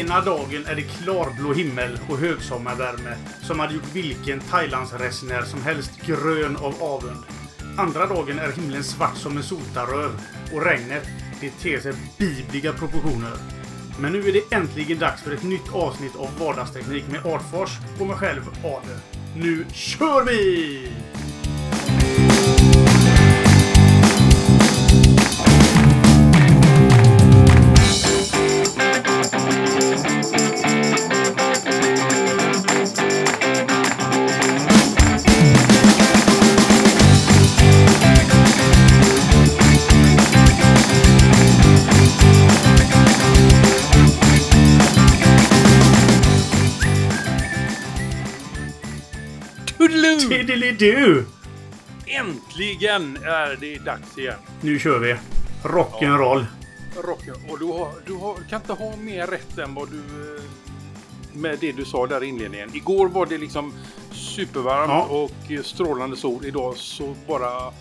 Ena dagen är det klarblå himmel och högsommarvärme som hade gjort vilken Thailandsresenär som helst grön av avund. Andra dagen är himlen svart som en sotaröv och regnet, det ter sig bibliga proportioner. Men nu är det äntligen dags för ett nytt avsnitt av Vardagsteknik med Artfors och mig själv, Ade. Nu kör vi! Tiddly-doo! Äntligen är det dags igen. Nu kör vi. Rock'n'roll. Och du kan inte ha mer rätt än vad du med det du sa där i inledningen. Igår var det liksom supervarmt och strålande sol. Idag så bara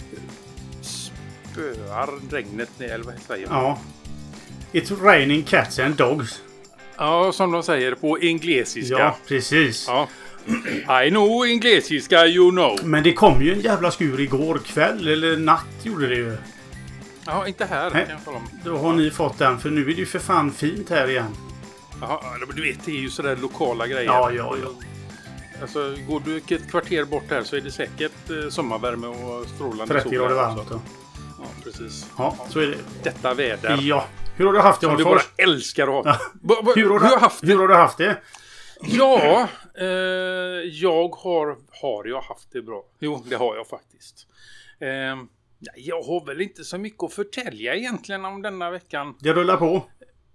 spöar regnet ner, eller vad säger man? Ja. It's raining cats and dogs. Ja, som de säger på englesiska. Ja, precis. Ja. I know englesiska, you know. Men det kom ju en jävla skur igår kväll, eller natt gjorde det ju. Ja, inte här. Nej, kan jag tala om. då har ni fått den, för nu är det ju för fan fint här igen. Jaha, du vet, det är ju sådär lokala grejer. Ja. Alltså, går du ett kvarter bort här så är det säkert sommarvärme och strålande 30 grader varmt då. Ja, precis. Ja, så är det. Detta väder. Ja. Hur har du haft det, som du bara Artfors? älskar att ha. Ja. Hur har du haft det? Ja, jag har haft det bra. Jo, det har jag faktiskt. Jag har väl inte så mycket att förtälja egentligen om denna veckan. Det rullar på.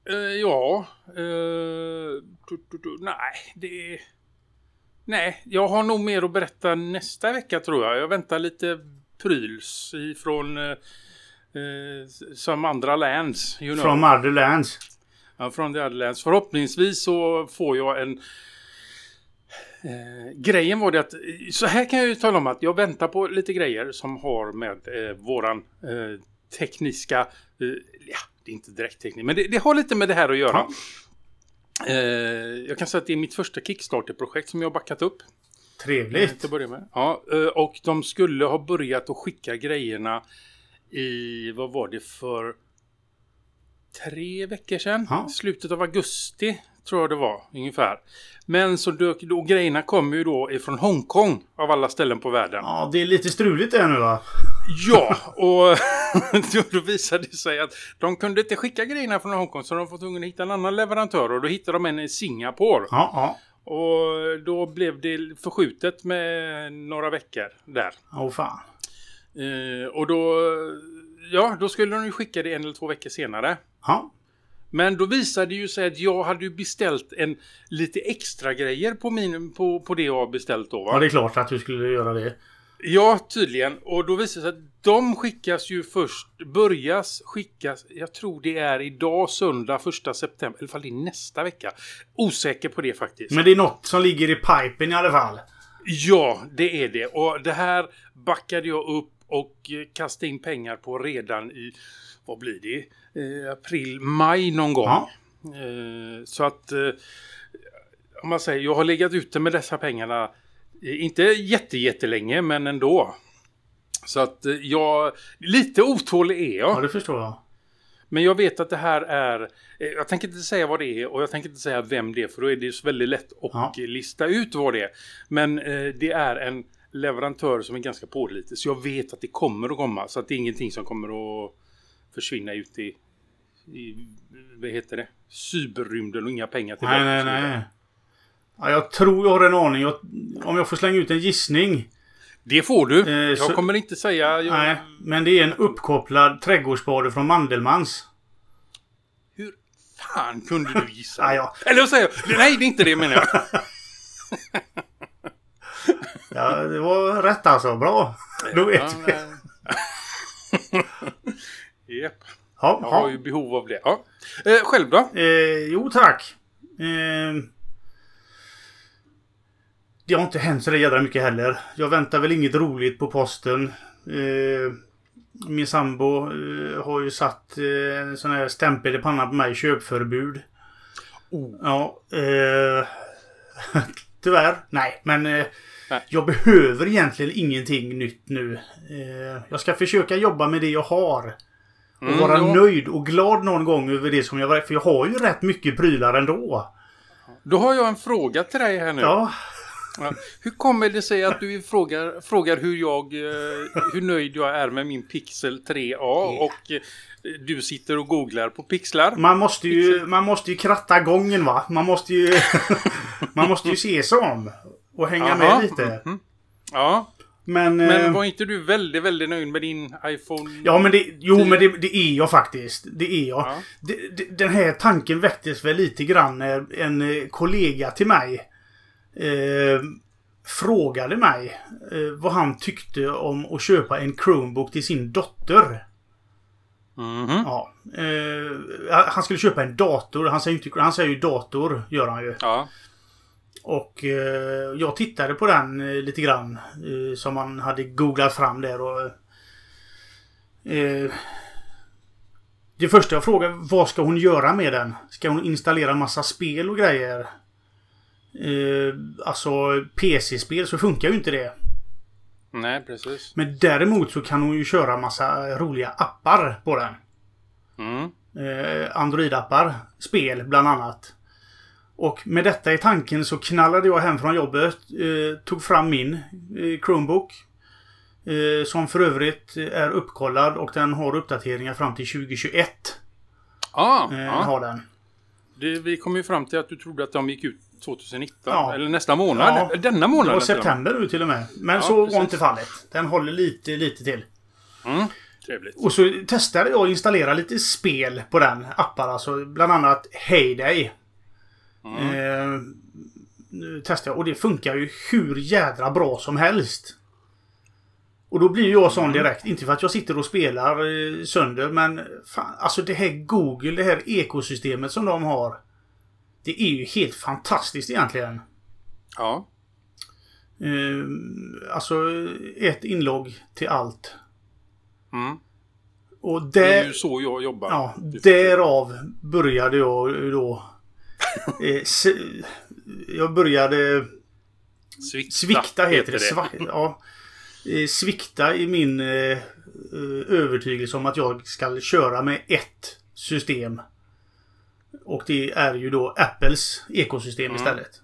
Nej, jag har nog mer att berätta nästa vecka, tror jag. Jag väntar lite pryls ifrån som andra lands. You know. From other lands. Ja, från the other lands. Förhoppningsvis så får jag en... grejen var det att... Så här kan jag ju tala om att jag väntar på lite grejer som har med våran tekniska... ja, det är inte direkt teknik, men det har lite med det här att göra. Ja. Jag kan säga att det är mitt första Kickstarter-projekt som jag har backat upp. Trevligt. Till börja med. Ja, och de skulle ha börjat att skicka grejerna i... Vad var det för... 3 veckor sedan. Ja. Slutet av augusti tror jag det var ungefär. Men så dök då grejerna kom ju då ifrån Hongkong av alla ställen på världen. Ja, det är lite struligt det nu, va? Ja, och då visade det sig att de kunde inte skicka grejerna från Hongkong, så de var tvungna att hitta en annan leverantör, och då hittade de en i Singapore. Ja. Och då blev det förskjutet med några veckor där. Åh fan. Och då skulle de ju skicka det 1 eller 2 veckor senare. Ja. Men då visade det ju sig att jag hade ju beställt lite extra grejer på det jag har beställt då, va? Ja, det är klart att du skulle göra det. Ja, tydligen. Och då visade det sig att de skickas ju börjas skickas, jag tror det är idag söndag 1 september, i alla fall det är nästa vecka. Osäker på det faktiskt. Men det är något som ligger i pipen i alla fall. Ja, det är det. Och det här backade jag upp och kastade in pengar på redan i, vad blir det? April, maj någon gång. Ja. Så att, om man säger, jag har legat ute med dessa pengarna, inte jättelänge, men ändå. Så att lite otålig är jag. Ja, det förstår jag. Men jag vet att det här är, jag tänker inte säga vad det är, och jag tänker inte säga vem det är, för då är det så väldigt lätt att lista ut vad det är. Men det är en leverantör som är ganska pålitlig, så jag vet att det kommer att komma, så att det är ingenting som kommer att försvinna ut i vad heter det? Cyberrymden, och inga pengar till det. Nej. Ja, jag tror jag har en aning. Om jag får slänga ut en gissning. Det får du. Jag kommer inte säga... Nej, men det är en uppkopplad trädgårdsspade från Mandelmans. Hur fan kunde du gissa? Ja. Eller vad säger jag? Nej, det är inte det, menar jag. Ja, det var rätt alltså. Bra. Då vet vi. Japp. Jag har ju behov av det. Ja. Själv då? Jo, tack. Det har inte hänt så jävla mycket heller. Jag väntar väl inget roligt på posten. Min sambo har ju satt en sån här stämpel i pannan på mig, köpförbud. Ja. Tyvärr. Nej, men jag behöver egentligen ingenting nytt nu. Jag ska försöka jobba med det jag har. Och vara nöjd och glad någon gång över det som jag... För jag har ju rätt mycket prylar ändå. Då har jag en fråga till dig här nu. Ja. Ja. Hur kommer det sig att du frågar hur nöjd jag är med min Pixel 3a och du sitter och googlar på pixlar? Man måste ju kratta gången, va? Man måste ju se sig om och hänga med lite. Ja. Men var inte du väldigt, väldigt nöjd med din iPhone? Ja, men det är jag faktiskt. Det är jag. Ja. Den här tanken väcktes väl lite grann när en kollega till mig frågade mig vad han tyckte om att köpa en Chromebook till sin dotter. Ja. Han skulle köpa en dator. Han säger ju dator, gör han ju. Ja. Och jag tittade på den lite grann som man hade googlat fram där och det första jag frågade, vad ska hon göra med den? Ska hon installera massa spel och grejer? Alltså PC-spel så funkar ju inte det. Nej, precis. Men däremot så kan hon ju köra massa roliga appar på den. Android-appar. Spel bland annat. Och med detta i tanken så knallade jag hem från jobbet. Tog fram min Chromebook. Som för övrigt är uppkollad och den har uppdateringar fram till 2021. Har den. Vi kom ju fram till att du trodde att de gick ut 2019. Eller nästa månad. Denna månad. Det var september nu till och med. Men så var inte fallet. Den håller lite till. Trevligt. Och så testade jag att installera lite spel på den appar. Alltså bland annat Heyday. Testade jag. Och det funkar ju hur jädra bra som helst. Och då blir jag sån direkt. Inte för att jag sitter och spelar sönder. Men fan, alltså det här Google, det här ekosystemet som de har. Det är ju helt fantastiskt egentligen. Ja. Alltså ett inlogg till allt. Och det är ju så jag jobbar. Ja, därav började jag då. Jag började svikta heter det. Svikta i min övertygelse om att jag ska köra med ett system. Och det är ju då Apples ekosystem istället.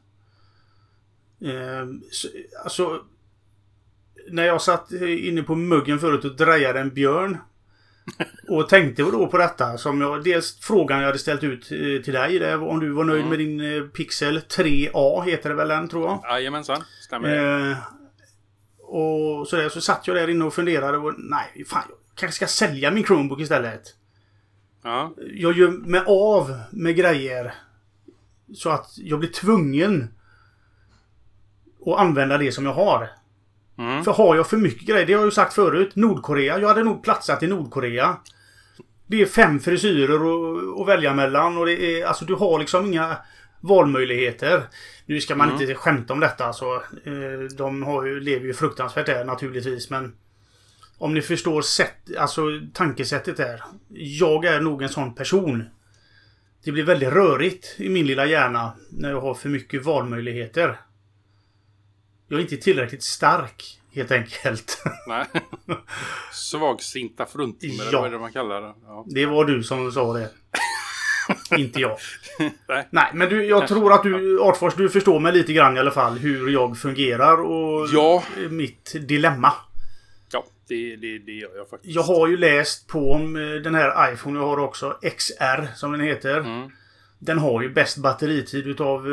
Alltså när jag satt inne på muggen förut och drejade en björn och tänkte då på detta som jag, dels frågan jag hade ställt ut till dig det, om du var nöjd med din Pixel 3a heter det väl den, tror jag. Jajamensan, stämmer. Och så satt jag där inne och funderade och nej, fan, jag kanske ska sälja min Chromebook istället. Ja. Jag gör mig av med grejer så att jag blir tvungen att använda det som jag har. För har jag för mycket grejer, det har jag ju sagt förut, Nordkorea, jag hade nog platsat i Nordkorea. Det är 5 frisyrer att välja mellan och det är, alltså du har liksom inga valmöjligheter. Nu ska man inte skämta om detta, så de lever ju fruktansvärt där naturligtvis, men om ni förstår tankesättet där. Jag är nog en sån person. Det blir väldigt rörigt i min lilla hjärna när jag har för mycket valmöjligheter. Jag är inte tillräckligt stark, helt enkelt. Nej. Svagsinta fruntimmer, eller vad är det man kallar det? Ja. Det var du som sa det. Inte jag. Nej, men jag tror att du, Artfors, du förstår mig lite grann i alla fall hur jag fungerar och mitt dilemma. Ja, det gör jag faktiskt. Jag har ju läst på om den här iPhone jag har också, XR som den heter. Den har ju bäst batteritid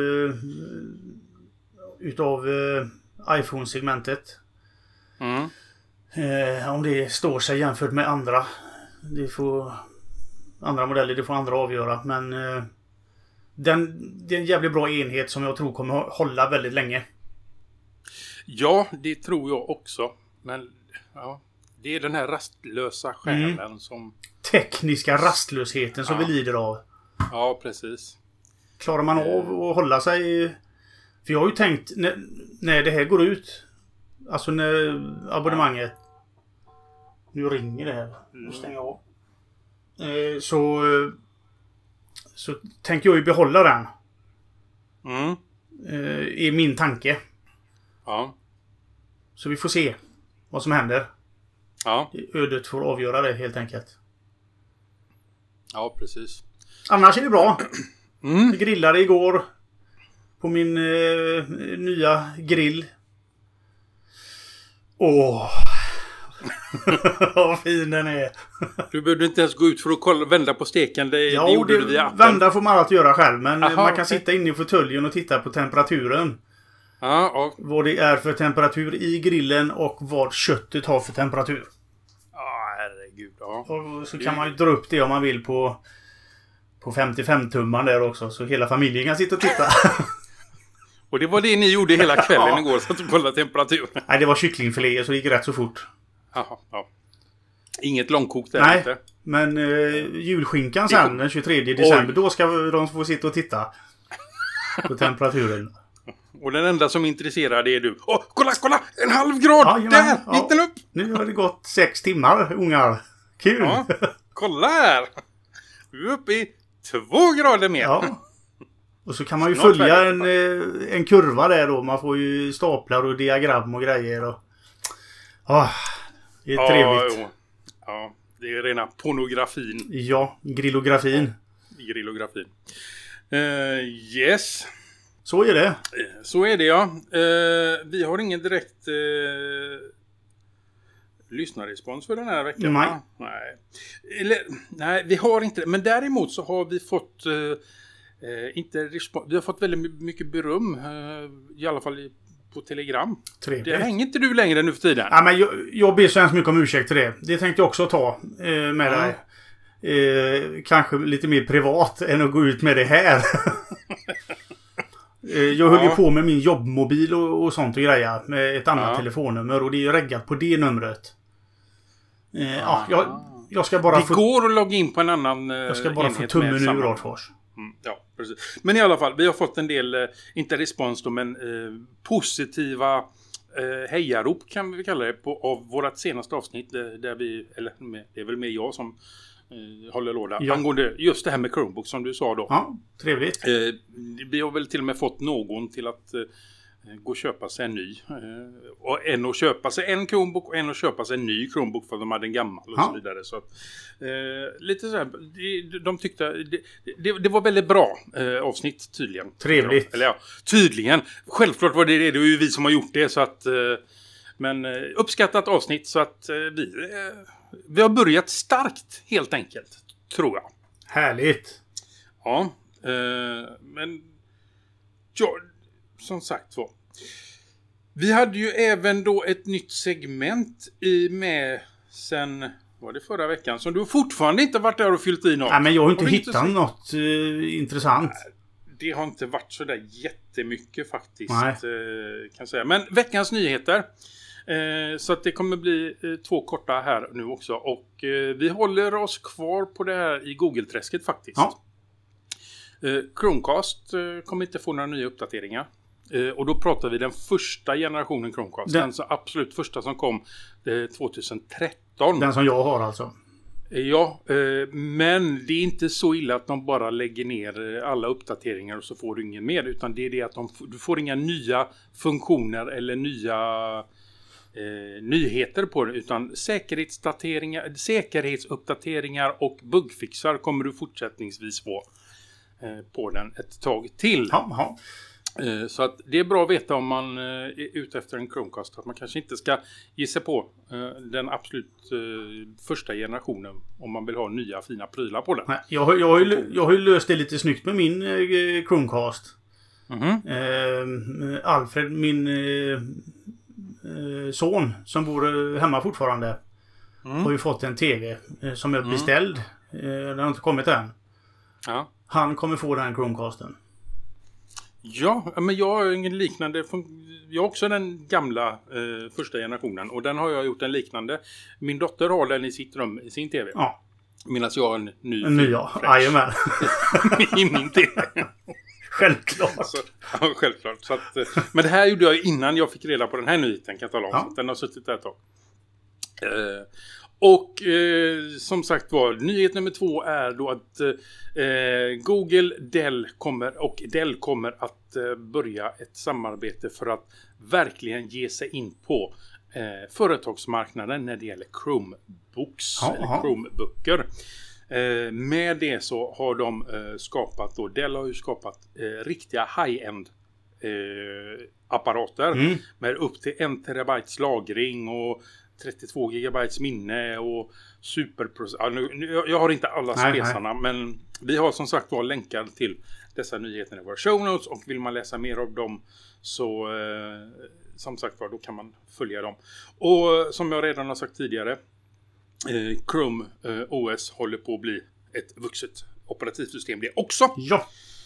utav iPhone-segmentet. Om det står sig jämfört med andra. Andra modeller, det får andra avgöra. Men det är en jävligt bra enhet som jag tror kommer hålla väldigt länge. Ja, det tror jag också. Men det är den här rastlösa själen som... Tekniska rastlösheten som vi lider av. Ja, precis. Klarar man av att hålla sig... För jag har ju tänkt, när det här går ut, alltså när abonnemanget... Nu ringer det här. Nu stänger jag av. Så tänker jag ju behålla den. Är min tanke. Ja. Så vi får se vad som händer. Ja. Ödet får avgöra det helt enkelt. Ja, precis. Annars är det bra. Jag grillade igår på min nya grill. Vad fin den är. Du behövde inte ens gå ut för att vända på steken. Det gjorde du via appen. Vända får man alltid göra själv. Men man kan sitta inne i fåtöljen och titta på temperaturen. Ja. Vad det är för temperatur i grillen och vad köttet har för temperatur. Ja, herregud. Ja. Och så kan man ju dra upp det om man vill på 55-tumman där också. Så hela familjen kan sitta och titta. Och det var det ni gjorde hela kvällen igår, så att du kollade temperaturen. Nej, det var kycklingfilé så det gick rätt så fort. Jaha, ja. Inget långkokt där. Nej, inte. Men julskinkan sen den 23 december, då ska de få sitta och titta på temperaturen. Och den enda som är intresserad är du. Kolla! En halv grad! Där! Gick den upp! Nu har det gått 6 timmar, ungar. Kul! Ja, kolla här! Du är uppe i 2 grader mer. Ja. Och så kan man ju följa en kurva där då. Man får ju staplar och diagram och grejer. Och... det är trevligt. Ja, det är rena pornografin. Ja, grillografin. Grillografin. Yes. Så är det. Så är det, ja. Vi har ingen direkt lyssnarrespons för den här veckan. Nej, vi har inte det. Men däremot så har vi fått vi har fått väldigt mycket beröm. I alla fall på Telegram. Trevligt. Det hänger inte du längre nu för tiden. Ja, men jag ber så hemskt mycket om ursäkt till det. Det tänkte jag också ta med dig. Kanske lite mer privat än att gå ut med det här. Jag höll ju på med min jobbmobil och sånt och grejer. Med ett annat telefonnummer. Och det är ju reggat på det numret. Jag ska bara det går att logga in på en annan jag ska bara få tummen ur Radfors. Ja, precis. Men i alla fall, vi har fått en del, inte respons då, men positiva hejarop kan vi kalla det av vårt senaste avsnitt där vi, eller det är väl mer jag som håller låda. Angående just det här med Chromebook som du sa då. Ja, trevligt. Vi har väl till och med fått någon till att gå och köpa sig en ny. Och en att köpa sig en Chromebook och en att köpa sig en ny Chromebook för de hade en gammal och så vidare. Så att, lite så här, de tyckte det var väldigt bra avsnitt tydligen. Trevligt. Eller tydligen. Självklart var det är ju vi som har gjort det så att men uppskattat avsnitt så att vi har börjat starkt helt enkelt, tror jag. Härligt. Ja, men som sagt var. Vi hade ju även då ett nytt segment med sen, var det förra veckan, som du fortfarande inte varit där och fyllt i något. Nej, men jag har inte hittat något intressant. Det har inte varit så där jättemycket faktiskt, kan jag säga. Men veckans nyheter. Så att det kommer bli 2 korta här nu också. Och vi håller oss kvar på det här i Google-träsket faktiskt. Ja. Chromecast kommer inte få några nya uppdateringar. Och då pratar vi den första generationen Chromecast. Den absolut första som kom 2013. Den som jag har alltså. Ja, men det är inte så illa att de bara lägger ner alla uppdateringar och så får du ingen mer. Utan det är det att du får inga nya funktioner eller nya nyheter på det. Utan säkerhetsuppdateringar och bugfixar kommer du fortsättningsvis få på den ett tag till. Ja. Så att det är bra att veta om man är ute efter en Chromecast att man kanske inte ska ge sig på den absolut första generationen om man vill ha nya fina prylar på den. Nej, jag har ju löst det lite snyggt med min Chromecast. Alfred, min son som bor hemma fortfarande, har ju fått en TV som är beställd. Den har inte kommit än. Ja. Han kommer få den Chromecasten. Ja, men jag har ingen liknande. Jag har också den gamla första generationen. Och den har jag gjort en liknande. Min dotter har den i sitt rum, i sin tv. Ja. Medan jag har en ny. Jajamän. I min tv. Självklart. Ja, självklart. Så att, men det här gjorde jag innan jag fick reda på den här nyheten, kan jag tala om. Så att den har suttit där ett tag. Och som sagt var, nyhet nummer 2 är då att Google, Dell kommer att börja ett samarbete för att verkligen ge sig in på företagsmarknaden när det gäller Chromebooks eller Chromeböcker. Med det så har de skapat, och Dell har ju skapat riktiga high-end apparater med upp till 1 terabytes lagring och 32 gigabytes minne och superprocessor. Jag har inte alla spesarna, men vi har som sagt var länkar till dessa nyheter i våra show notes, och vill man läsa mer av dem så som sagt var, då kan man följa dem. Och som jag redan har sagt tidigare, Chrome OS håller på att bli ett vuxet operativsystem det också. Ja.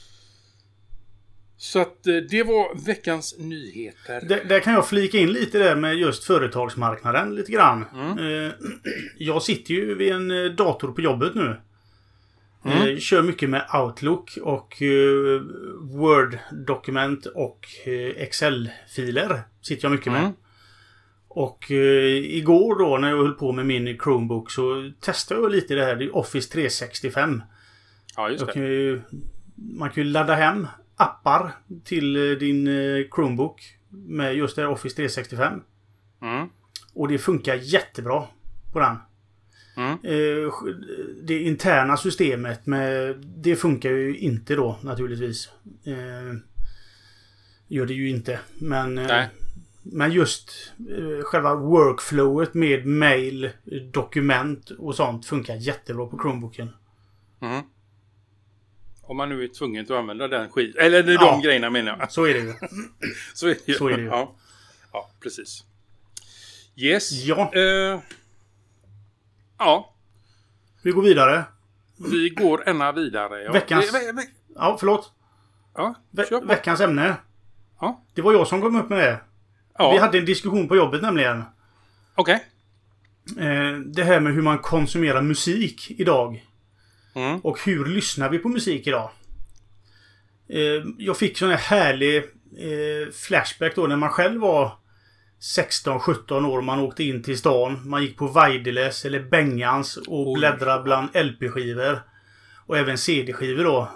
Så att det var veckans nyheter. Där kan jag flika in lite där med just företagsmarknaden lite grann. Jag sitter ju vid en dator på jobbet nu. Kör mycket med Outlook och Word-dokument och Excel-filer sitter jag mycket med. Och igår då när jag höll på med min Chromebook så testade jag lite det här Office 365. Ja, just det. Man kan ju ladda hem appar till din Chromebook med just det här Office 365. Och det funkar jättebra på den. Det interna systemet det funkar ju inte då naturligtvis. Gör det ju inte. Men just själva workflowet med mail, dokument och sånt funkar jättebra på Chromebooken. Om man nu är tvungen att använda den eller de grejerna menar jag. Så är det ju. Så är det ju. Ja, precis. Yes. Ja. Ja. Vi går vidare. Vi går ända vidare. Ja. Veckans... Ja, förlåt. Ja, veckans ämne. Ja. Det var jag som kom upp med det. Ja. Vi hade en diskussion på jobbet nämligen. Okej. Det här med hur man konsumerar musik idag. Och hur lyssnar vi på musik idag? Jag fick sån här härlig flashback då när man själv var 16-17 år. Man åkte in till stan. Man gick på Vaideles eller Bengans och bläddrade bland LP-skivor. Och även CD-skivor då.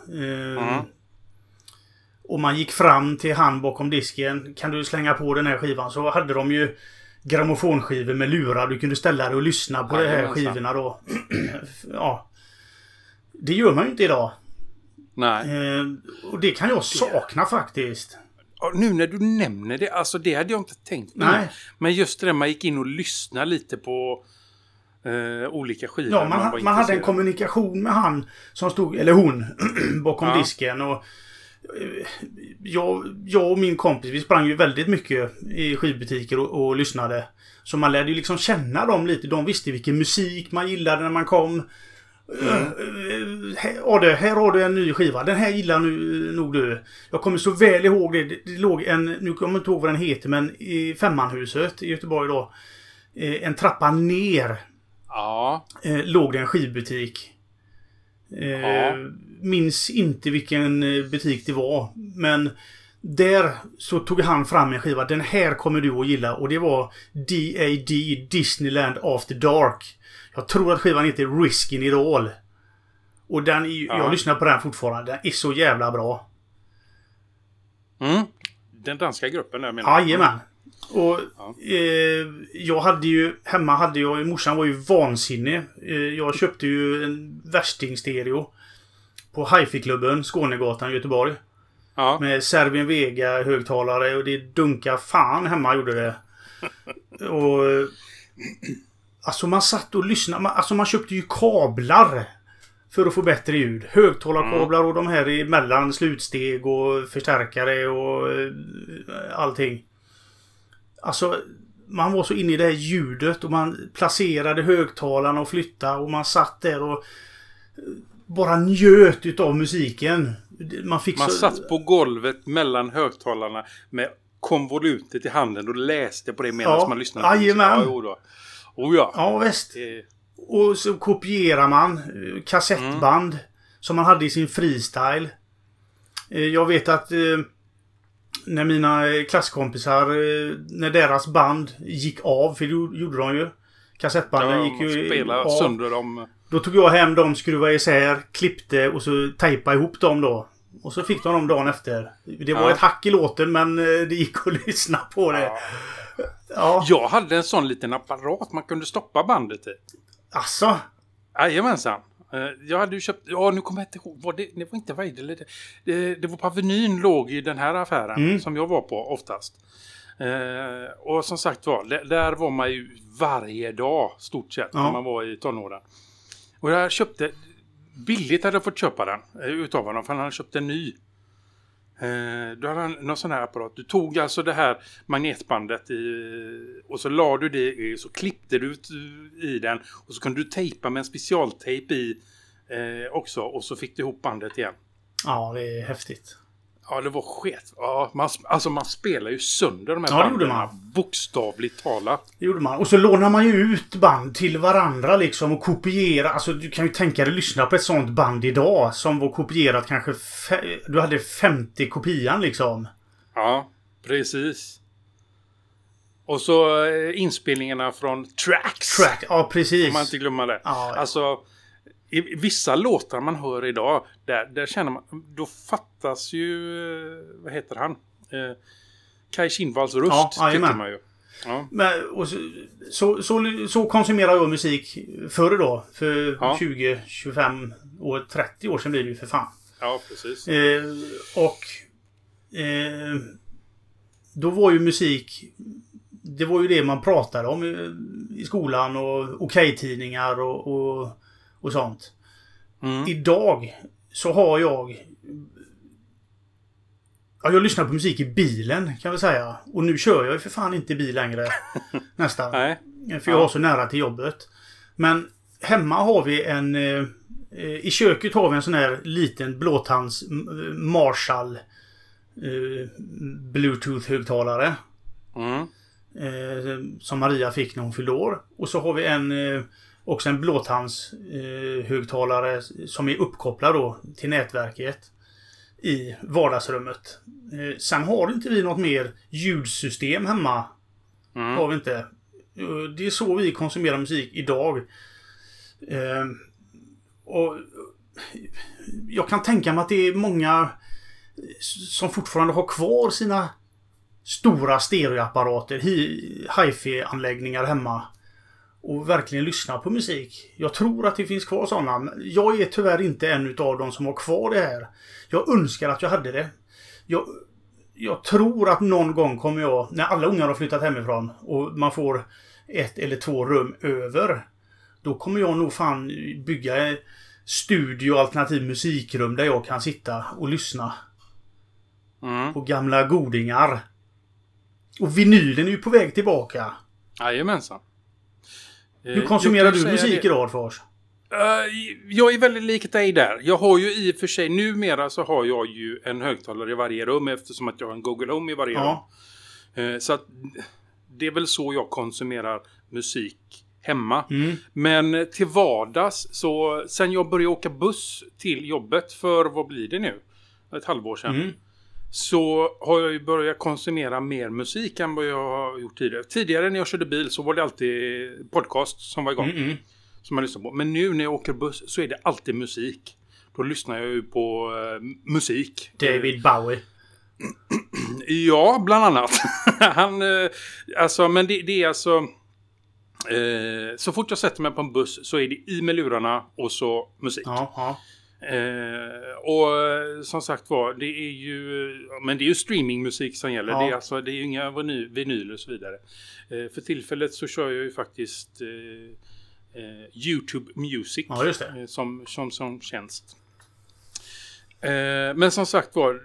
Och man gick fram till han bakom disken. Kan du slänga på den här skivan? Så hade de ju grammofonskivor med lurar. Du kunde ställa dig och lyssna på de här skivorna då. Ja. Det gör man ju inte idag. Nej. Och det kan jag sakna faktiskt. Nu när du nämner det, alltså det hade jag inte tänkt på. Nej. Men just det där, man gick in och lyssnade lite på olika skivor. Ja, man hade en kommunikation med han som stod, eller hon, bakom disken. Och jag och min kompis, vi sprang ju väldigt mycket i skivbutiker och lyssnade. Så man lärde ju liksom känna dem lite. De visste vilken musik man gillade när man kom. Här har du en ny skiva. Den här gillar nog du. Jag kommer så väl ihåg det. Det låg nu kommer jag inte ihåg vad den heter, men i Femmanhuset i Göteborg då. En trappa ner. Ja. Låg det en skivbutik. Minns inte vilken butik det var. Men där så tog han fram en skiva. Den här kommer du att gilla. Och det var D.A.D. Disneyland After Dark. Jag tror att skivan heter Riskin' It All. Och jag lyssnar på den fortfarande. Den är så jävla bra. Den danska gruppen där menar jag. Jajamän. Och jag hade ju morsan var ju vansinnig. Jag köpte ju en värsting-stereo på Hi-Fi-klubben Skånegatan i Göteborg. Med Servien Vega högtalare, och det dunkar fan hemma gjorde det. Och alltså man satt och lyssnade. Alltså man köpte ju kablar för att få bättre ljud. Högtalarkablar och de här emellan slutsteg och förstärkare och allting. Alltså man var så inne i det här ljudet och man placerade högtalarna och flyttade och man satt där och bara njöt utav musiken. Man satt på golvet mellan högtalarna med konvolutet i handen och läste på det medan man lyssnade. Jajamän. Ja, visst. Och så kopierar man kassettband som man hade i sin freestyle. Jag vet att när mina klasskompisar, när deras band gick av, för det gjorde de ju, Kassettbanden gick ju spela sönder dem. Då tog jag hem dem, skruvade isär, klippte och så tejpade ihop dem då. Och så fick de dem dagen efter. Det var ett hack i låten, men det gick att lyssna på det. Ja. Jag hade en sån liten apparat man kunde stoppa bandet i. Asså? Jajamensan. Jag hade ju köpt... Ja, nu kommer jag inte ihåg. Det var inte Weidel. Det var på Avenyn låg i den här affären som jag var på oftast. Och som sagt där var man ju varje dag stort sett när man var i tonåren. Och jag köpte... Billigt hade jag fått köpa den utav honom, för han hade köpt en ny. Du hade någon sån här apparat. Du tog alltså det här magnetbandet och så la du det i, så klippte du i den och så kunde du tejpa med en specialtejp i också, och så fick du ihop bandet igen. Ja, det är häftigt. Ja, det var skit. Ja, man spelar ju sönder de här banden. Det gjorde man. Bokstavligt talat. Det gjorde man. Och så lånar man ju ut band till varandra liksom och kopiera. Alltså du kan ju tänka dig lyssna på ett sånt band idag som var kopierat kanske... Du hade 50 kopian liksom. Ja, precis. Och så inspelningarna från Tracks. Ja, precis. Om man inte glömmer det. Ja. Alltså... I vissa låtar man hör idag, där känner man, då fattas ju, vad heter han? Kai Kindvalls röst, tycker man ju. Ja. Men, och så konsumerar jag musik förr då, för 20, 25 och 30 år sedan blir det ju för fan. Ja, precis. Då var ju musik, det var ju det man pratade om i skolan och okej-tidningar och sånt. Idag så har jag lyssnar på musik i bilen, kan vi säga. Och nu kör jag ju för fan inte bil längre. Nästan. Nej. För jag har så nära till jobbet. Men hemma har vi i köket har vi en sån här liten blåtands Marshall Bluetooth-högtalare. Som Maria fick när hon fyllde år. Och så har vi också en blåtands högtalare som är uppkopplad då till nätverket i vardagsrummet. Sen har inte vi något mer ljudsystem hemma. Har vi inte. Det är så vi konsumerar musik idag. Och jag kan tänka mig att det är många som fortfarande har kvar sina stora stereoapparater, hi-fi-anläggningar hemma och verkligen lyssnar på musik. Jag tror att det finns kvar sådana. Jag är tyvärr inte en av dem som har kvar det här. Jag önskar att jag hade det. Jag tror att någon gång kommer jag, när alla ungar har flyttat hemifrån och man får 1 eller 2 rum över, då kommer jag nog fan bygga studio alternativ musikrum där jag kan sitta och lyssna på gamla godingar. Och vinylen är ju på väg tillbaka. Jajamensan. Hur konsumerar du musik idag, Fars? Jag är väldigt lik dig där. Jag har ju i och för sig, numera så har jag ju en högtalare i varje rum, eftersom att jag har en Google Home i varje rum. Så att det är väl så jag konsumerar musik hemma. Men till vardags, så sen jag började åka buss till jobbet för, vad blir det nu? Ett halvår sedan. Så har jag ju börjat konsumera mer musik än vad jag har gjort tidigare. Tidigare när jag körde bil så var det alltid podcast som var igång. Som jag lyssnade på. Men nu när jag åker buss så är det alltid musik. Då lyssnar jag ju på musik. David Bowie. Ja, bland annat. Men det är alltså... så fort jag sätter mig på en buss så är det i med lurarna och så musik. Och som sagt var, det är ju streamingmusik som gäller. Det är ju inga vinyler och så vidare. För tillfället så kör jag ju faktiskt YouTube Music som tjänst. Men som sagt var,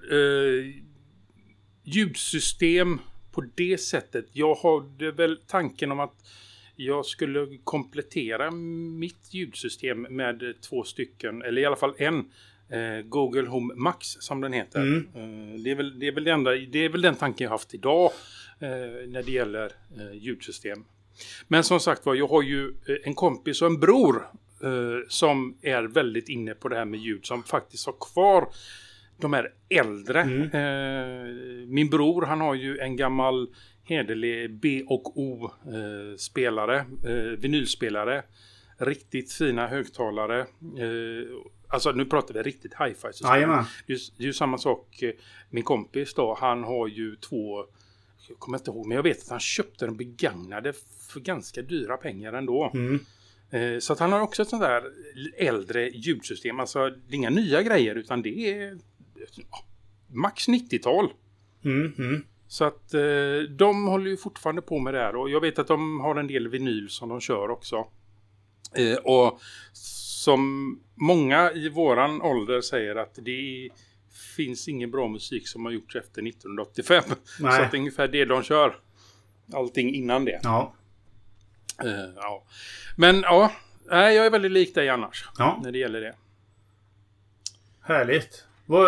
ljudsystem på det sättet. Jag hade väl tanken om att jag skulle komplettera mitt ljudsystem med 2 stycken, eller i alla fall en Google Home Max som den heter. Det är väl den tanken jag haft idag när det gäller ljudsystem. Men som sagt var, jag har ju en kompis och en bror som är väldigt inne på det här med ljud, som faktiskt har kvar de här äldre. Min bror, han har ju en gammal hederlig B och O spelare, vinylspelare, riktigt fina högtalare. Alltså nu pratar vi riktigt hi-fi system. Det är ju samma sak. Min kompis då, han har ju 2, jag kommer inte ihåg, men jag vet att han köpte den begagnade för ganska dyra pengar ändå. Så att han har också ett sånt där äldre ljudsystem. Alltså det är inga nya grejer, utan det är max 90-tal. Så att de håller ju fortfarande på med det här. Och jag vet att de har en del vinyl som de kör också. Och som många i våran ålder säger att det finns ingen bra musik som har gjorts efter 1985. Nej. Så att det är ungefär det de kör. Allting innan det. Ja. Ja. Men ja, jag är väldigt lik dig annars. När det gäller det. Härligt.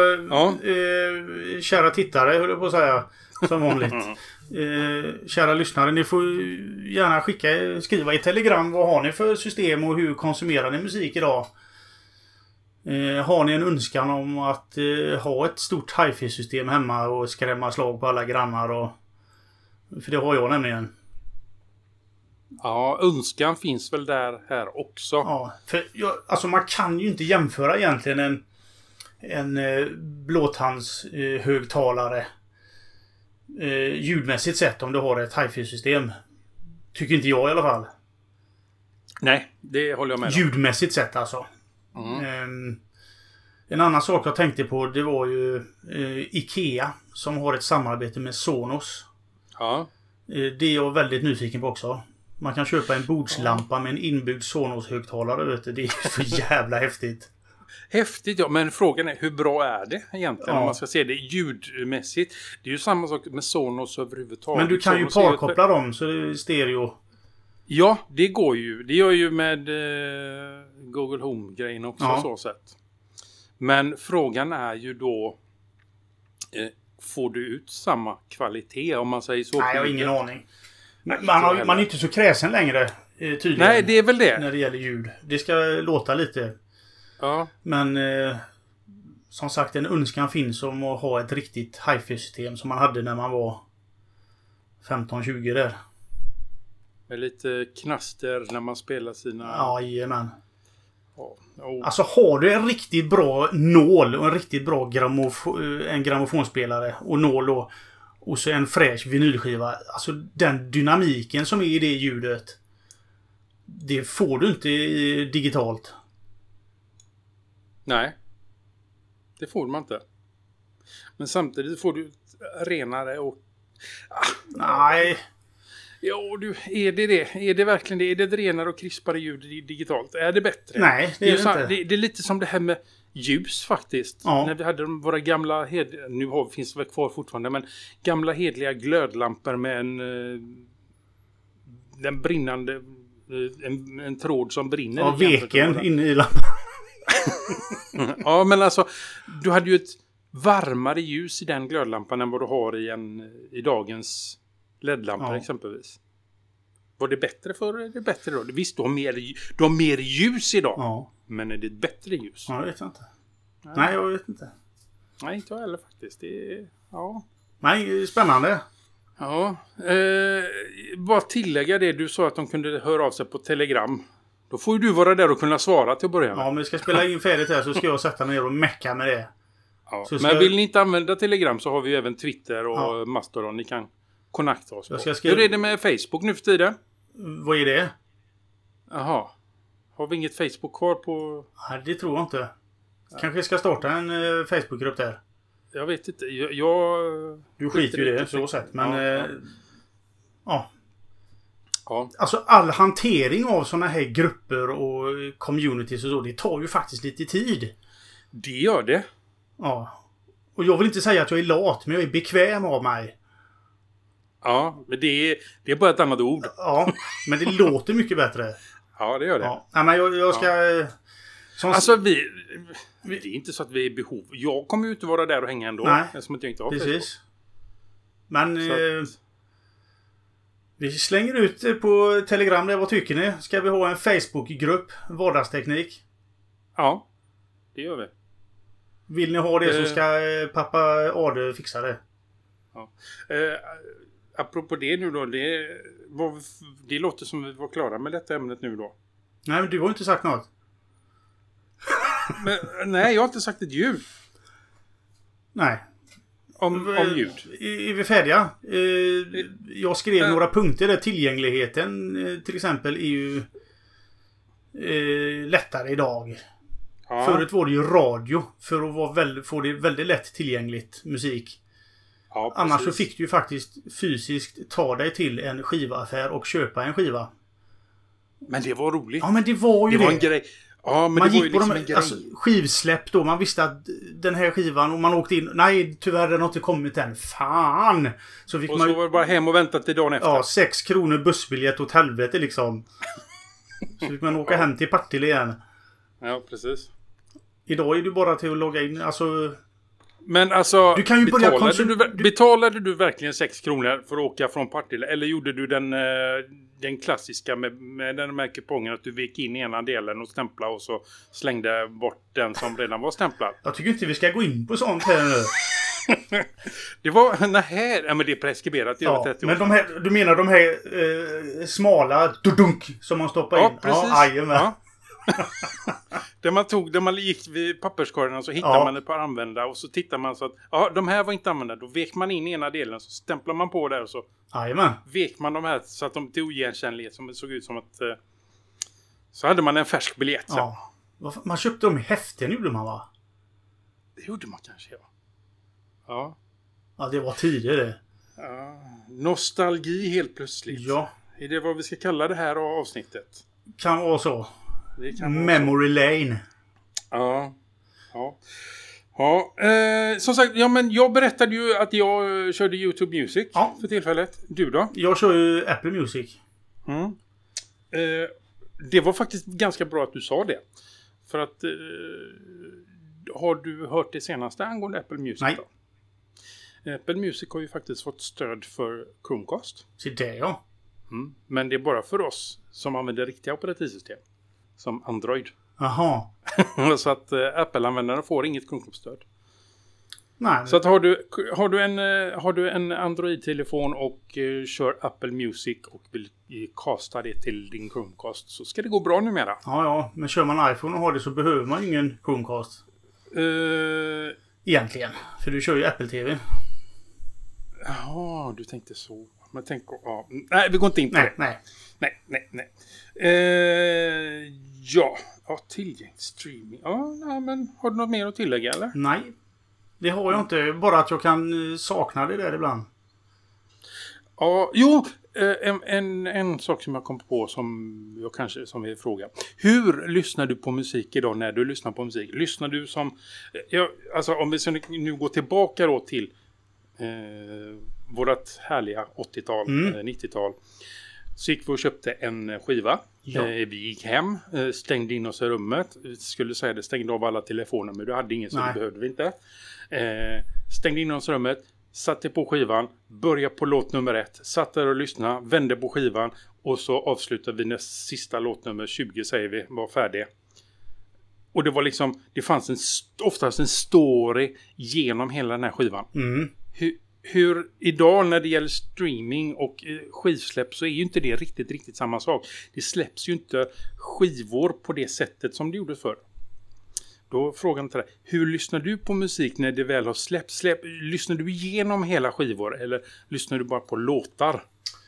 Kära tittare, höll jag på att säga. Som vanligt. Kära lyssnare, ni får gärna skriva i Telegram. Vad har ni för system och hur konsumerar ni musik idag? Har ni en önskan om att ha ett stort hi-fi-system hemma och skrämma slag på alla grannar? För det har jag nämligen. Ja, önskan finns väl här också. Ja, för alltså man kan ju inte jämföra egentligen en blåtandshögtalare ljudmässigt sett om du har ett hi-fi-system. Tycker inte jag i alla fall. Nej, det håller jag med om. Ljudmässigt sett alltså. En annan sak jag tänkte på, det var ju Ikea som har ett samarbete med Sonos. Ja. Det är jag väldigt nyfiken på också. Man kan köpa en bordslampa med en inbyggd Sonos-högtalare. Vet du. Det är för jävla häftigt. Häftigt, ja. Men frågan är, hur bra är det egentligen? Om man ska se det ljudmässigt. Det är ju samma sak med Sonos överhuvudtaget. Men du kan ju parkoppla dem så det är stereo. Ja, det går ju. Det gör ju med Google Home-grejen också så sätt. Men frågan är ju då, får du ut samma kvalitet om man säger så? Nej, jag har ingen aning. Man är inte så kräsen längre tydligen. Nej, det är väl det. När det gäller ljud. Det ska låta lite. Ja. Men som sagt, en önskan finns om att ha ett riktigt hi-fi-system som man hade när man var 15-20 där. Med lite knaster när man spelar sina... Ja, jajamän. Ja. Alltså har du en riktigt bra nål och en riktigt bra grammofonspelare och nål och så en fräsch vinylskiva. Alltså den dynamiken som är i det ljudet, det får du inte digitalt. Nej. Det får man inte. Men samtidigt får du renare och... Nej. Ja, är det det? Är det verkligen det? Är det ett renare och krispare ljud digitalt? Är det bättre? Nej, det är det inte. Det är lite som det här med ljus faktiskt. Ja. När vi hade våra gamla, nu finns det väl kvar fortfarande, men gamla hedliga glödlampor med en brinnande, en tråd som brinner. Ja, veken inne i lampan. Ja, men alltså, du hade ju ett varmare ljus i den glödlampan än vad du har i dagens LED-lampor exempelvis. Var det bättre förr? Är det bättre då? Visst, du har mer ljus idag. Ja. Men är det ett bättre ljus? Ja, jag vet inte. Nej, jag vet inte. Nej, inte jag heller faktiskt. Nej, spännande. Ja. Bara tillägga det. Du sa att de kunde höra av sig på Telegram. Då får ju du vara där och kunna svara till början. Ja, men vi ska spela in färdigt här så ska jag sätta ner och mecka med det. Ja. Men vill ni inte använda Telegram så har vi ju även Twitter och Mastodon. Ni kan connecta oss på. Hur är det med Facebook nu för tiden? Vad är det? Jaha. Har vi inget Facebook kvar på... Nej, det tror jag inte. Kanske ska starta en Facebook-grupp där. Jag vet inte. Du skiter ju det så sett. Men... Ja. Ja. Alltså all hantering av såna här grupper och communities och så, det tar ju faktiskt lite tid. Det gör det. Ja. Och jag vill inte säga att jag är lat, men jag är bekväm av mig. Ja, men det är bara ett annat ord. Ja, men det låter mycket bättre. Ja, det gör det. Ja. Nej, men jag ska... Alltså det är inte så att vi är i behov. Jag kommer ju inte vara där och hänga ändå. Nej, eftersom jag inte har precis. Men vi slänger ut på Telegram där. Vad tycker ni? Ska vi ha en Facebook-grupp? Vardagsteknik? Ja, det gör vi. Vill ni ha det så ska pappa Ade fixa det. Ja. apropå det nu då, det låter som vi var klara med detta ämnet nu då. Nej, men du har inte sagt något. Men, nej, jag har inte sagt ett ljud. Nej. Om ljud. Är vi färdiga? Jag skrev några punkter där. Tillgängligheten till exempel är ju lättare idag. Ja. Förut var det ju radio för att få det väldigt lätt tillgängligt musik. Ja, annars så fick du ju faktiskt fysiskt ta dig till en skivaffär och köpa en skiva. Men det var roligt. Ja, men det var ju det. Var en grej. Ja, men man det var gick ju på liksom en grej. alltså, skivsläpp då. Man visste att den här skivan, och man åkte in. Nej, tyvärr den har inte kommit än. Fan! Så fick och man så var det bara hem och vänta till dagen efter. Ja, 6 kronor bussbiljett åt helvete liksom. Så fick man åka hem till Partille igen. Ja, precis. Idag är det bara till att logga in. Alltså... Men alltså, du kan ju betalade du verkligen 6 kronor för att åka från Partille? Eller gjorde du den klassiska med den här kupongen att du vek in i ena delen och stämpla och så slängde bort den som redan var stämplad? Jag tycker inte vi ska gå in på sånt här nu. Det var, nej, men det är preskriberat. Ja, men du menar de här smala dudunk som man stoppar in? Ja, precis. Ja, där man gick vid papperskorgen så hittade man ett par använda och så tittar man så att de här var inte använda. Då vek man in i ena delen så stämplar man på där och så vek man de här så att de till oigenkännlighet som det såg ut som att så hade man en färsk biljett. Ja. Man köpte dem i häften gjorde man, va? Det gjorde man kanske, ja. Ja, det var tidigare. Ja. Nostalgi helt plötsligt. Ja. Är det vad vi ska kalla det här avsnittet? Kan vara så. Det kan vara Memory lane. Ja. Som sagt, men jag berättade ju att jag körde YouTube Music för tillfället. Du då? Jag kör ju Apple Music. Det var faktiskt ganska bra att du sa det. För att har du hört det senaste angående Apple Music? Nej. Då? Apple Music har ju faktiskt fått stöd för Chromecast. Så det, ja. Men det är bara för oss som använder riktiga operativsystem. Som Android. Aha. Så att Apple-användare får inget Chromecast-stöd. Nej. Så att har du en Android-telefon och kör Apple Music och vill casta det till din Chromecast så ska det gå bra numera. Ja. Men kör man iPhone och har det så behöver man ingen Chromecast. Egentligen. För du kör ju Apple TV. Ja, du tänkte så. Men nej, vi går inte in på det. Nej. Ja, tillgänglig streaming. Men har du något mer att tillägga eller? Nej. Det har jag inte. Bara att jag kan sakna det där ibland. Ja, en sak som jag kom på som vi frågar. Hur lyssnar du på musik idag när du lyssnar på musik? Lyssnar du som... om vi nu går tillbaka då till vårat härliga 80-tal, 90-tal. Så gick vi och köpte en skiva. Ja. Vi gick hem, stängde in oss i rummet. Skulle säga det, stängde av alla telefoner, men du hade ingen så det behövde vi inte. Stängde in oss i rummet, satte på skivan, började på låt nummer 1, satt där och lyssnade, vände på skivan och så avslutade vi när sista låt nummer 20 säger vi var färdig. Och det var liksom, det fanns oftast en story genom hela den här skivan. Hur idag när det gäller streaming och skivsläpp så är ju inte det riktigt samma sak. Det släpps ju inte skivor på det sättet som det gjorde förr. Då frågan till dig, hur lyssnar du på musik när det väl har släppts? Lyssnar du igenom hela skivor eller lyssnar du bara på låtar?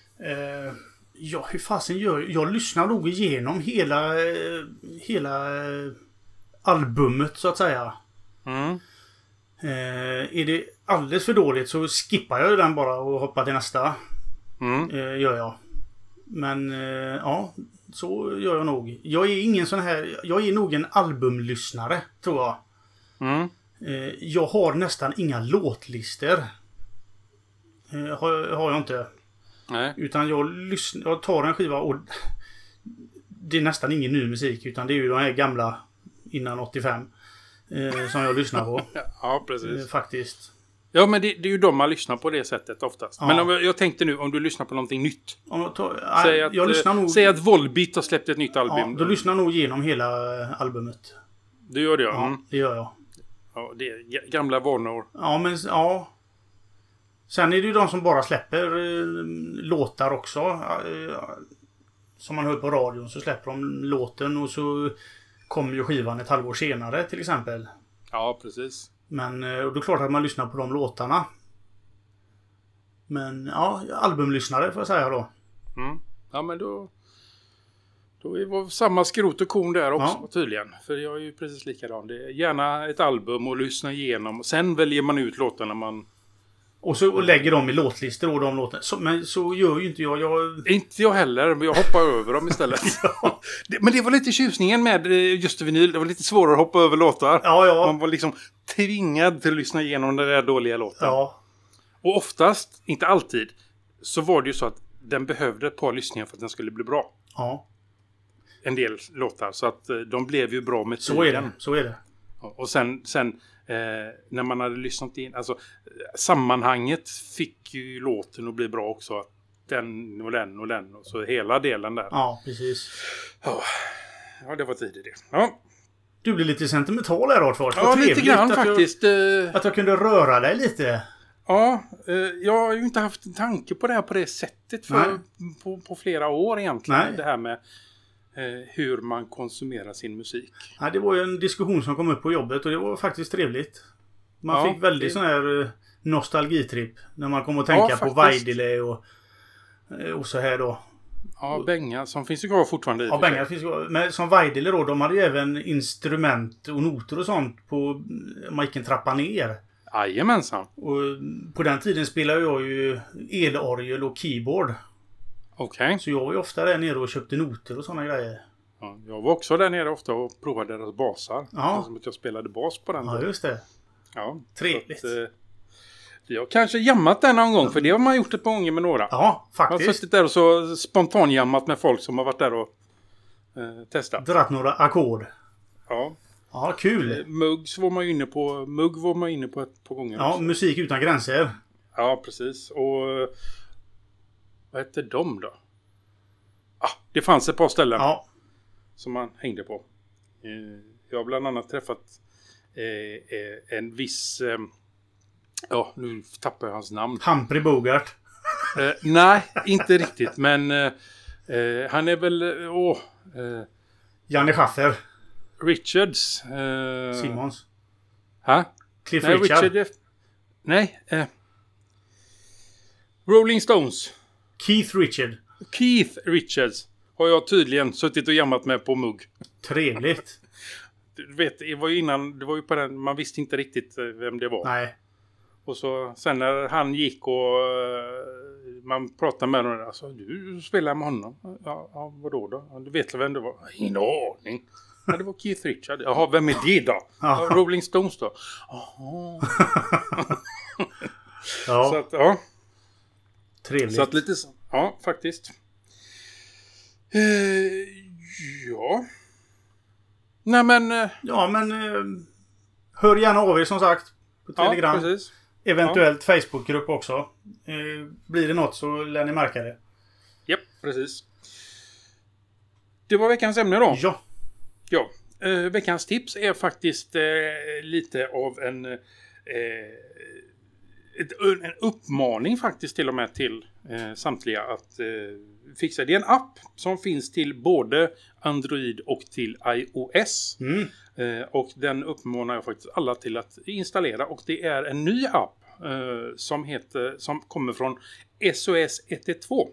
Hur fasen gör jag? Jag lyssnar nog igenom hela albumet så att säga. Är det alldeles för dåligt så skippar jag den bara och hoppar till nästa. Gör jag. Men så gör jag nog. Jag är ingen sån här. Jag är nog en albumlyssnare, tror jag. Jag har nästan inga låtlister. Har jag inte. Nej. Utan jag tar en skiva och det är nästan ingen ny musik utan det är ju de här gamla innan 85 som jag lyssnar på. Ja, precis. Faktiskt. Ja, men det är ju de man lyssnar på det sättet oftast. Ja. Men jag tänkte nu, om du lyssnar på någonting nytt. Säg att Volbeat har släppt ett nytt album. Ja, då lyssnar jag nog igenom hela albumet. Du gör det, ja. Det gör jag. Ja, det är gamla vanor. Ja, men ja. Sen är det ju de som bara släpper låtar också. Som man hör på radion så släpper de låten och så kommer ju skivan ett halvår senare till exempel. Ja, precis. Men och då är det klart att man lyssnar på de låtarna. Men ja, albumlyssnare får jag säga då. Mm. Ja, men då är det samma skrot och korn där också tydligen. För jag är ju precis likadan. Det är gärna ett album och lyssna igenom. Och sen väljer man ut låtarna man... Och lägger dem i låtlistor och de låtarna. Men så gör ju inte jag. Inte jag heller, men jag hoppar över dem istället. Ja. Men det var lite tjusningen med just vinyl. Det var lite svårare att hoppa över låtar. Ja. Man var liksom tvingad till att lyssna igenom den där dåliga låten. Ja. Och oftast, inte alltid, så var det ju så att den behövde ett par lyssningar för att den skulle bli bra. Ja. En del låtar. Så att de blev ju bra med tiden. Så är det. Och sen när man hade lyssnat in, alltså sammanhanget fick ju låten att bli bra också. Den och den och den och så hela delen där. Ja, precis. Ja, det var tidigt det. Ja. Du blir lite sentimental här, Artfors. Ja, lite grann faktiskt. Att jag kunde röra dig lite. Ja, jag har ju inte haft en tanke på det här på det sättet på flera år egentligen. Nej. Det här med hur man konsumerar sin musik. Ja, det var ju en diskussion som kom upp på jobbet och det var faktiskt trevligt. Man fick väldigt sån här nostalgitripp när man kom att tänka på Vaidile och så här då. Ja, Benga som finns ju kvar fortfarande. Ja, Benga finns ju kvar. Men som Vaidile då, de hade ju även instrument och noter och sånt på man gick en trappa ner. Jajamensan. Och på den tiden spelade jag ju elorgel och keyboard. Okej. Så jag var ju ofta där nere och köpte noter och sådana grejer. Ja, jag var också där nere ofta och provade deras basar. Ja. Som att jag spelade bas på den. Ja, just det. Ja, trevligt. Jag har kanske jammat den någon gång, för det har man gjort ett par gånger med några. Ja, faktiskt. Jag har suttit där och så spontanjammat med folk som har varit där och testat. Dratt några ackord. Ja. Ja, kul. Mugg var man inne på ett par gånger. Ja, också. musik utan gränser. Ja, precis. Och vad hette de då? Det fanns ett par ställen som man hängde på. Jag har bland annat träffat en viss... nu tappar jag hans namn. Humphrey Bogart. Nej, inte riktigt. Men han är väl... Janne Schaffer. Richards. Simons. Cliff Nej, Richard. Nej. Rolling Stones. Keith Richards har jag tydligen suttit och jammat med på mugg. Trevligt. Du vet, det var ju på den, man visste inte riktigt vem det var. Nej. Och så sen när han gick och man pratade med honom, alltså du spelar med honom. Ja, vadå då? Ja, du vet vem det var? Ingen aning. Ja, det var Keith Richards. Jaha, vem är det då? Ja, Rolling Stones då? Jaha. Ja. Så att, Trevligt. Så att lite så. Ja, faktiskt. Ja. Nej, men... Ja, men... hör gärna av er som sagt. På Telegram. Ja, precis. Eventuellt Facebookgrupp också. Blir det något så lär ni märka det. Japp, precis. Det var veckans ämne då. Ja. Veckans tips är faktiskt lite av en uppmaning faktiskt till och med till samtliga att fixa. Det är en app som finns till både Android och till iOS. Och den uppmanar jag faktiskt alla till att installera. Och det är en ny app som kommer från SOS 112.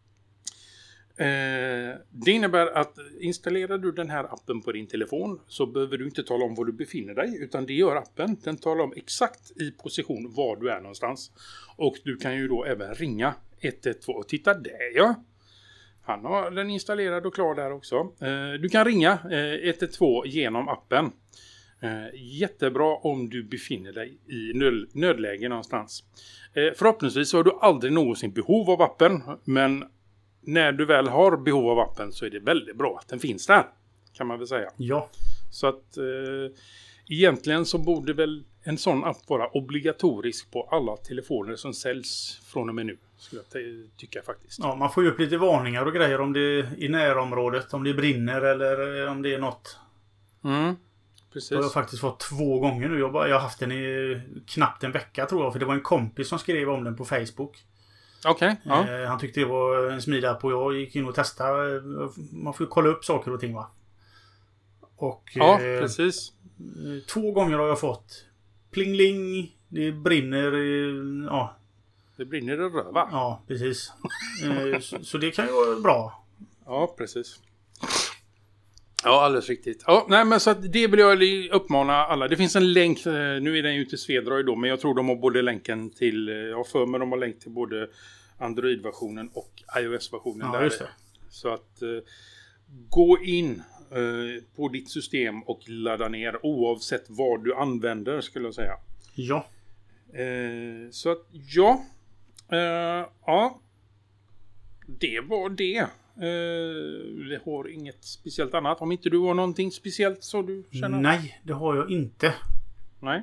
Det innebär att installerar du den här appen på din telefon så behöver du inte tala om var du befinner dig, utan det gör appen. Den talar om exakt i position var du är någonstans. Och du kan ju då även ringa 112 och titta där, ja. Han har den installerad och klar där också. Du kan ringa 112 genom appen. Jättebra om du befinner dig i nödläge någonstans. Förhoppningsvis har du aldrig någonsin behov av appen, men när du väl har behov av appen så är det väldigt bra att den finns där, kan man väl säga. Ja. Så att egentligen så borde väl en sån app vara obligatorisk på alla telefoner som säljs från och med nu, skulle jag tycka faktiskt. Ja, man får ju upp lite varningar och grejer om det är i närområdet, om det brinner eller om det är något. precis. Det har jag faktiskt fått 2 gånger nu. Jag har haft den i knappt en vecka tror jag. För det var en kompis som skrev om den på Facebook. Okej, ja. Han tyckte det var en smidig app och jag gick in och testade. Man får kolla upp saker och ting, va? Och Ja, precis. 2 gånger har jag fått plingling. Det brinner. Ja. Det brinner i röva. Ja, precis. Så det kan ju vara bra. Ja, precis. Ja, alldeles riktigt. Ja, nej, men så att det vill jag uppmana alla. Det finns en länk, nu är den ju till Svedroy då, men jag tror de har både länken till, jag har för mig de har länk till både Android-versionen och iOS-versionen. Ja, där. just det. Så att gå in på ditt system och ladda ner oavsett vad du använder, skulle jag säga. Ja. Så att, ja. Ja. Det var det. Vi har inget speciellt annat. Om inte du har någonting speciellt så du känner? Nej, det har jag inte. Nej.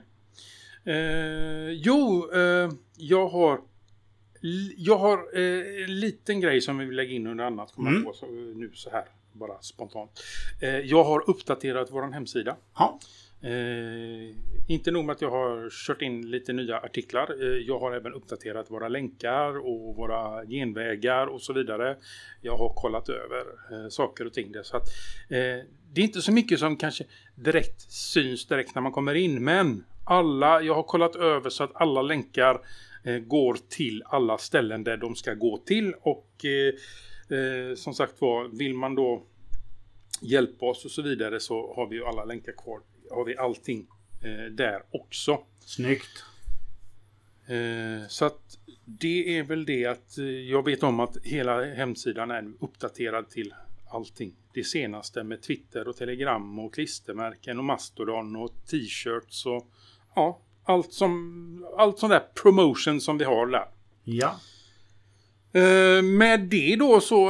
Jag har en liten grej som vi vill lägga in under annat. Kommer på nu så här. Bara spontant. Jag har uppdaterat vår hemsida. Ja. Inte nog med att jag har kört in lite nya artiklar. Jag har även uppdaterat våra länkar och våra genvägar och så vidare. Jag har kollat över saker och ting där. Så att, det är inte så mycket som kanske syns direkt när man kommer in. Men jag har kollat över så att alla länkar går till alla ställen där de ska gå till. Och som sagt vill man då hjälpa oss och så vidare så har vi ju alla länkar kvar. Har vi allting där också. Snyggt. Så att det är väl det att jag vet om att hela hemsidan är uppdaterad till allting. Det senaste med Twitter och Telegram och klistermärken och Mastodon och t-shirts och ja, allt sån där promotion som vi har där. Ja. Med det då så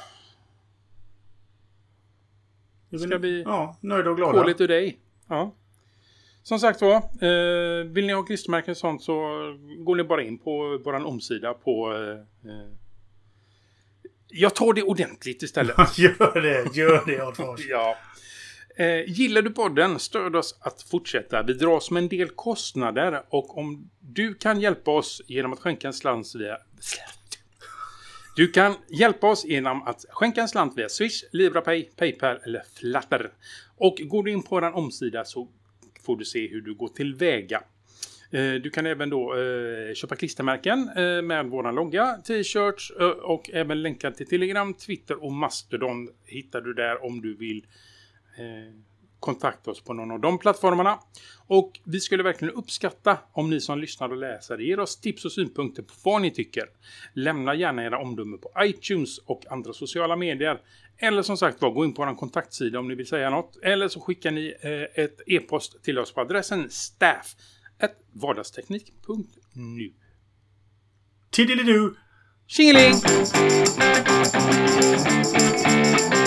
ska vi nöjda och glada. Få lite ur dig. Ja. Som sagt vill ni ha klistermärken och sånt så går ni bara in på våran omsida på jag tar det ordentligt istället. Gör det Adfors. Ja. Gillar du podden, stöd oss att fortsätta. Vi dras med en del kostnader och om du kan hjälpa oss genom att skänka en slant via Swish, LibraPay, PayPal eller Flatter. Och går du in på vår omsida så får du se hur du går tillväga. Du kan även då köpa klistermärken med våran logga, t-shirts och även länkar till Telegram, Twitter och Mastodon hittar du där om du vill kontakta oss på någon av de plattformarna. Och vi skulle verkligen uppskatta om ni som lyssnar och läser ger oss tips och synpunkter på vad ni tycker. Lämna gärna era omdömen på iTunes och andra sociala medier. Eller som sagt gå in på vår kontaktsida om ni vill säga något. Eller så skickar ni ett e-post till oss på adressen staff@vardagsteknik.nu. Tiddelidu! Tjingeling!